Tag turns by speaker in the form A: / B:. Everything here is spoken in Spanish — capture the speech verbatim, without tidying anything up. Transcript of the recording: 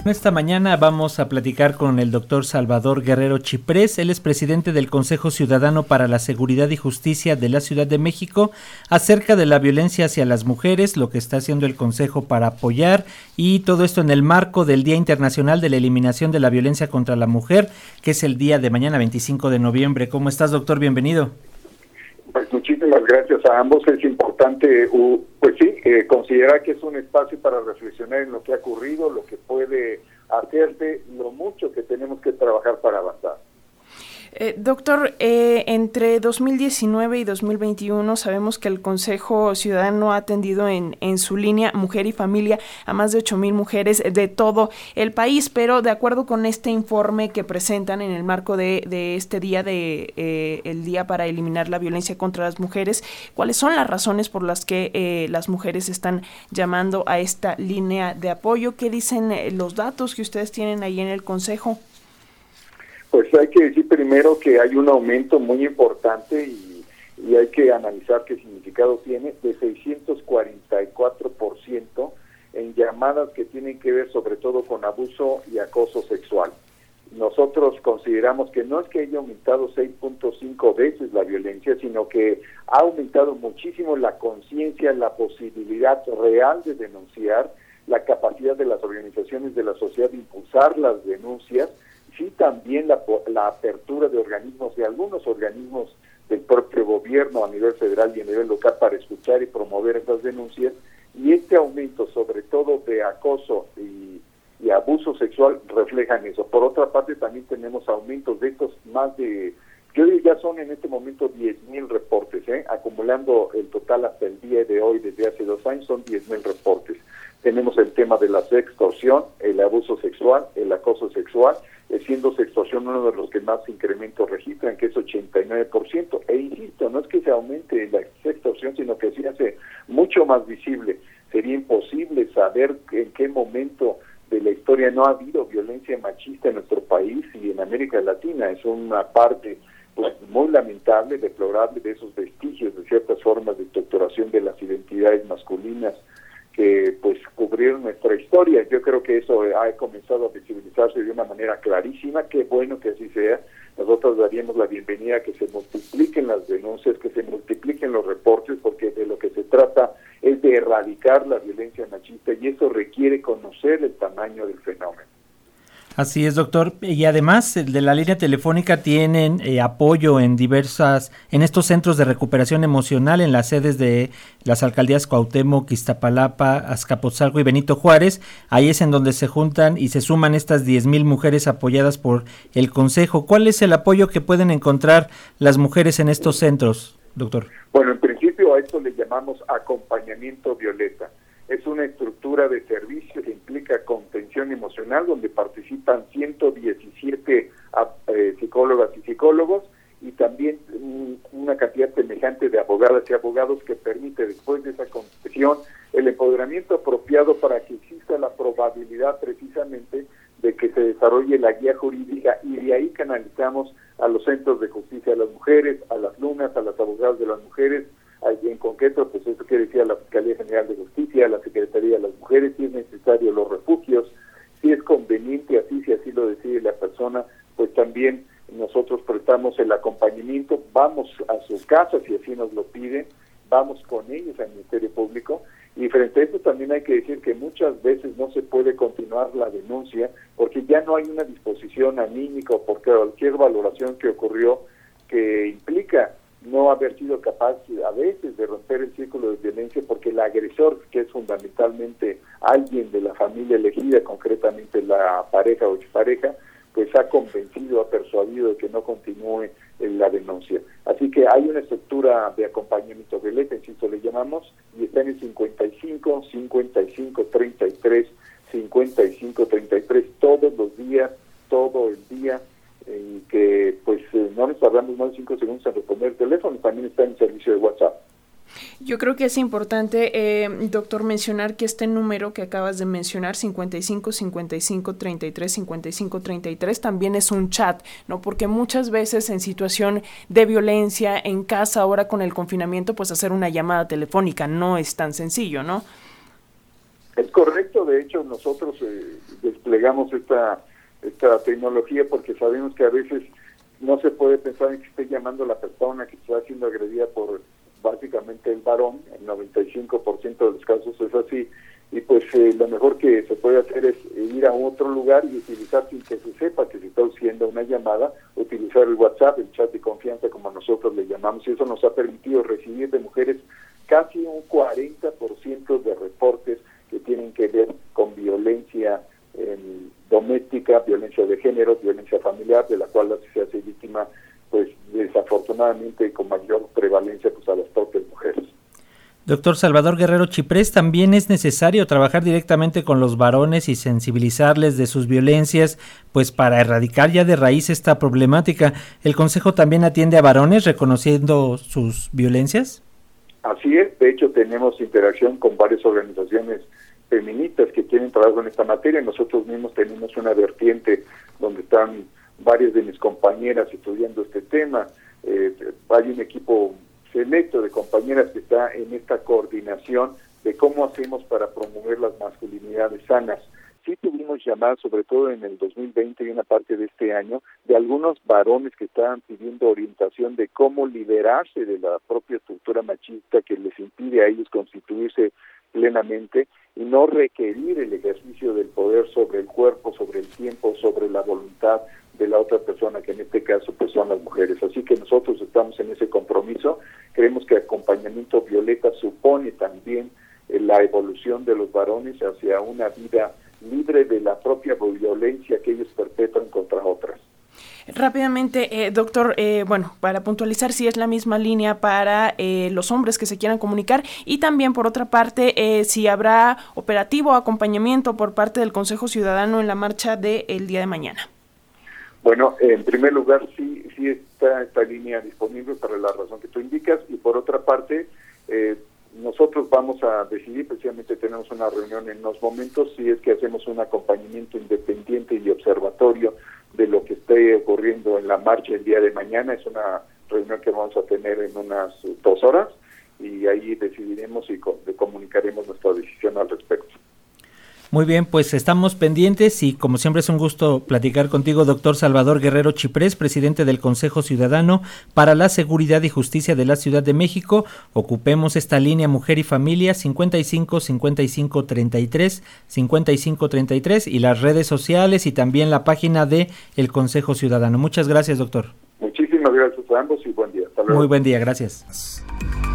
A: Esta mañana vamos a platicar con el doctor Salvador Guerrero Chiprés. Él es presidente del Consejo Ciudadano para la Seguridad y Justicia de la Ciudad de México, acerca de la violencia hacia las mujeres, lo que está haciendo el Consejo para apoyar, y todo esto en el marco del Día Internacional de la Eliminación de la Violencia contra la Mujer, que es el día de mañana, veinticinco de noviembre. ¿Cómo estás, doctor? Bienvenido.
B: Pues muchísimas gracias a ambos. Es importante, uh, pues sí, eh, considerar que es un espacio para reflexionar en lo que ha ocurrido, lo que puede hacerse, lo mucho que tenemos que trabajar para avanzar.
C: Eh, doctor, eh, entre dos mil diecinueve y dos mil veintiuno sabemos que el Consejo Ciudadano ha atendido en, en su línea Mujer y Familia a más de ocho mil mujeres de todo el país, pero de acuerdo con este informe que presentan en el marco de, de este día, de eh, el Día para Eliminar la Violencia contra las Mujeres, ¿cuáles son las razones por las que eh, las mujeres están llamando a esta línea de apoyo? ¿Qué dicen eh, los datos que ustedes tienen ahí en el Consejo?
B: Pues hay que decir primero que hay un aumento muy importante y, y hay que analizar qué significado tiene, de seiscientos cuarenta y cuatro por ciento en llamadas que tienen que ver sobre todo con abuso y acoso sexual. Nosotros consideramos que no es que haya aumentado seis punto cinco veces la violencia, sino que ha aumentado muchísimo la conciencia, la posibilidad real de denunciar, la capacidad de las organizaciones de la sociedad de impulsar las denuncias, sí también la, la apertura de organismos, de algunos organismos del propio gobierno a nivel federal y a nivel local para escuchar y promover esas denuncias, y este aumento sobre todo de acoso y, y abuso sexual reflejan eso. Por otra parte también tenemos aumentos de estos más de, yo diría ya son en este momento diez mil reportes, ¿eh? acumulando el total hasta el día de hoy, desde hace dos años, son diez mil reportes. Tenemos el tema de la sextorsión, el abuso sexual, el acoso sexual, siendo sextorsión uno de los que más incrementos registran, que es ochenta y nueve por ciento. E insisto, no es que se aumente la sextorsión, sino que se hace mucho más visible. Sería imposible saber en qué momento de la historia no ha habido violencia machista en nuestro país y en América Latina. Es una parte pues, muy lamentable, deplorable de esos vestigios de ciertas formas de torturación de las identidades masculinas que pues cubrieron nuestra historia. Yo creo que eso ha comenzado a visibilizarse de una manera clarísima. Qué bueno que así sea. Nosotros daríamos la bienvenida a que se multipliquen las denuncias, que se multipliquen los reportes, porque de lo que se trata es de erradicar la violencia machista y eso requiere conocer el tamaño del fenómeno.
A: Así es, doctor. Y además de la línea telefónica tienen eh, apoyo en diversas, en estos centros de recuperación emocional en las sedes de las alcaldías Cuauhtémoc, Iztapalapa, Azcapotzalco y Benito Juárez. Ahí es en donde se juntan y se suman estas diez mil mujeres apoyadas por el Consejo. ¿Cuál es el apoyo que pueden encontrar las mujeres en estos centros, doctor?
B: Bueno, en principio a esto le llamamos acompañamiento violeta. Es una estructura de servicio que implica contención emocional, donde participan ciento diecisiete eh, psicólogas y psicólogos, y también um, una cantidad semejante de abogadas y abogados que permite, después de esa contención, el empoderamiento apropiado para que exista la probabilidad precisamente de que se desarrolle la guía jurídica, y de ahí canalizamos a los centros de justicia de las mujeres, a las lunas, a las abogadas de las mujeres. En concreto, pues eso quiere decir a la Fiscalía General de Justicia, a la Secretaría de las Mujeres, si es necesario los refugios, si es conveniente así, si así lo decide la persona, pues también nosotros prestamos el acompañamiento, vamos a sus casas si así nos lo piden, vamos con ellos al Ministerio Público, y frente a esto también hay que decir que muchas veces no se puede continuar la denuncia porque ya no hay una disposición anímica o por cualquier valoración que ocurrió que implica no haber sido capaz a veces de romper el círculo de violencia porque el agresor, que es fundamentalmente alguien de la familia elegida, concretamente la pareja o expareja, pues ha convencido, ha persuadido de que no continúe en la denuncia. Así que hay una estructura de acompañamiento violeta, insisto, le llamamos, y está en el cincuenta y cinco, cincuenta y cinco, treinta y tres, cincuenta y cinco, treinta y tres, todos los días, todo el día, y que pues eh, no nos tardamos más de cinco segundos en responder el teléfono, también está en el servicio de WhatsApp.
C: Yo creo que es importante, eh, doctor, mencionar que este número que acabas de mencionar, cincuenta y cinco, cincuenta y cinco, treinta y tres, cincuenta y cinco, treinta y tres, también es un chat, ¿no? Porque muchas veces en situación de violencia en casa, ahora con el confinamiento, pues hacer una llamada telefónica no es tan sencillo, ¿no?
B: Es correcto, de hecho nosotros eh, desplegamos esta esta tecnología porque sabemos que a veces no se puede pensar en que esté llamando a la persona que está siendo agredida por básicamente el varón. El noventa y cinco por ciento de los casos es así, y pues eh, lo mejor que se puede hacer es ir a otro lugar y utilizar, sin que se sepa que se está haciendo una llamada, utilizar el WhatsApp, el chat de confianza como nosotros le llamamos, y eso nos ha permitido recibir de mujeres casi un cuarenta por ciento de reportes que tienen que ver con violencia eh, doméstica, violencia de género, violencia familiar, de la cual se hace víctima, pues desafortunadamente con mayor prevalencia, pues a las propias mujeres.
A: Doctor Salvador Guerrero Chiprés, ¿también es necesario trabajar directamente con los varones y sensibilizarles de sus violencias, pues para erradicar ya de raíz esta problemática? ¿El Consejo también atiende a varones reconociendo sus violencias?
B: Así es, de hecho tenemos interacción con varias organizaciones feministas que quieren trabajar en esta materia. Nosotros mismos tenemos una vertiente donde están varias de mis compañeras estudiando este tema. Eh, hay un equipo selecto de compañeras que está en esta coordinación de cómo hacemos para promover las masculinidades sanas. Sí tuvimos llamadas, sobre todo en el dos mil veinte y una parte de este año, de algunos varones que estaban pidiendo orientación de cómo liberarse de la propia estructura machista que les impide a ellos constituirse plenamente y no requerir el ejercicio del poder sobre el cuerpo, sobre el tiempo, sobre la voluntad de la otra persona, que en este caso pues son las mujeres. Así que nosotros estamos en ese compromiso. Creemos que acompañamiento violeta supone también eh, la evolución de los varones hacia una vida libre de la propia violencia que ellos perpetran contra otras.
C: Rápidamente, eh, doctor, eh, bueno, para puntualizar si es la misma línea para eh, los hombres que se quieran comunicar, y también por otra parte, eh, si habrá operativo o acompañamiento por parte del Consejo Ciudadano en la marcha del día de mañana.
B: Bueno, en primer lugar, sí, sí está esta línea disponible para la razón que tú indicas, y por otra parte, eh, nosotros vamos a decidir, precisamente tenemos una reunión en unos momentos, si es que hacemos un acompañamiento independiente y observatorio de lo que esté ocurriendo en la marcha el día de mañana. Es una reunión que vamos a tener en unas dos horas, y ahí decidiremos y co- comunicaremos nuestra decisión al respecto.
A: Muy bien, pues estamos pendientes y como siempre es un gusto platicar contigo, doctor Salvador Guerrero Chiprés, presidente del Consejo Ciudadano para la Seguridad y Justicia de la Ciudad de México. Ocupemos esta línea Mujer y Familia cincuenta y cinco cincuenta y cinco treinta y tres cincuenta y cinco treinta y tres y las redes sociales y también la página de el Consejo Ciudadano. Muchas gracias, doctor.
B: Muchísimas gracias a ambos y buen día. Hasta luego.
A: Muy buen día, gracias.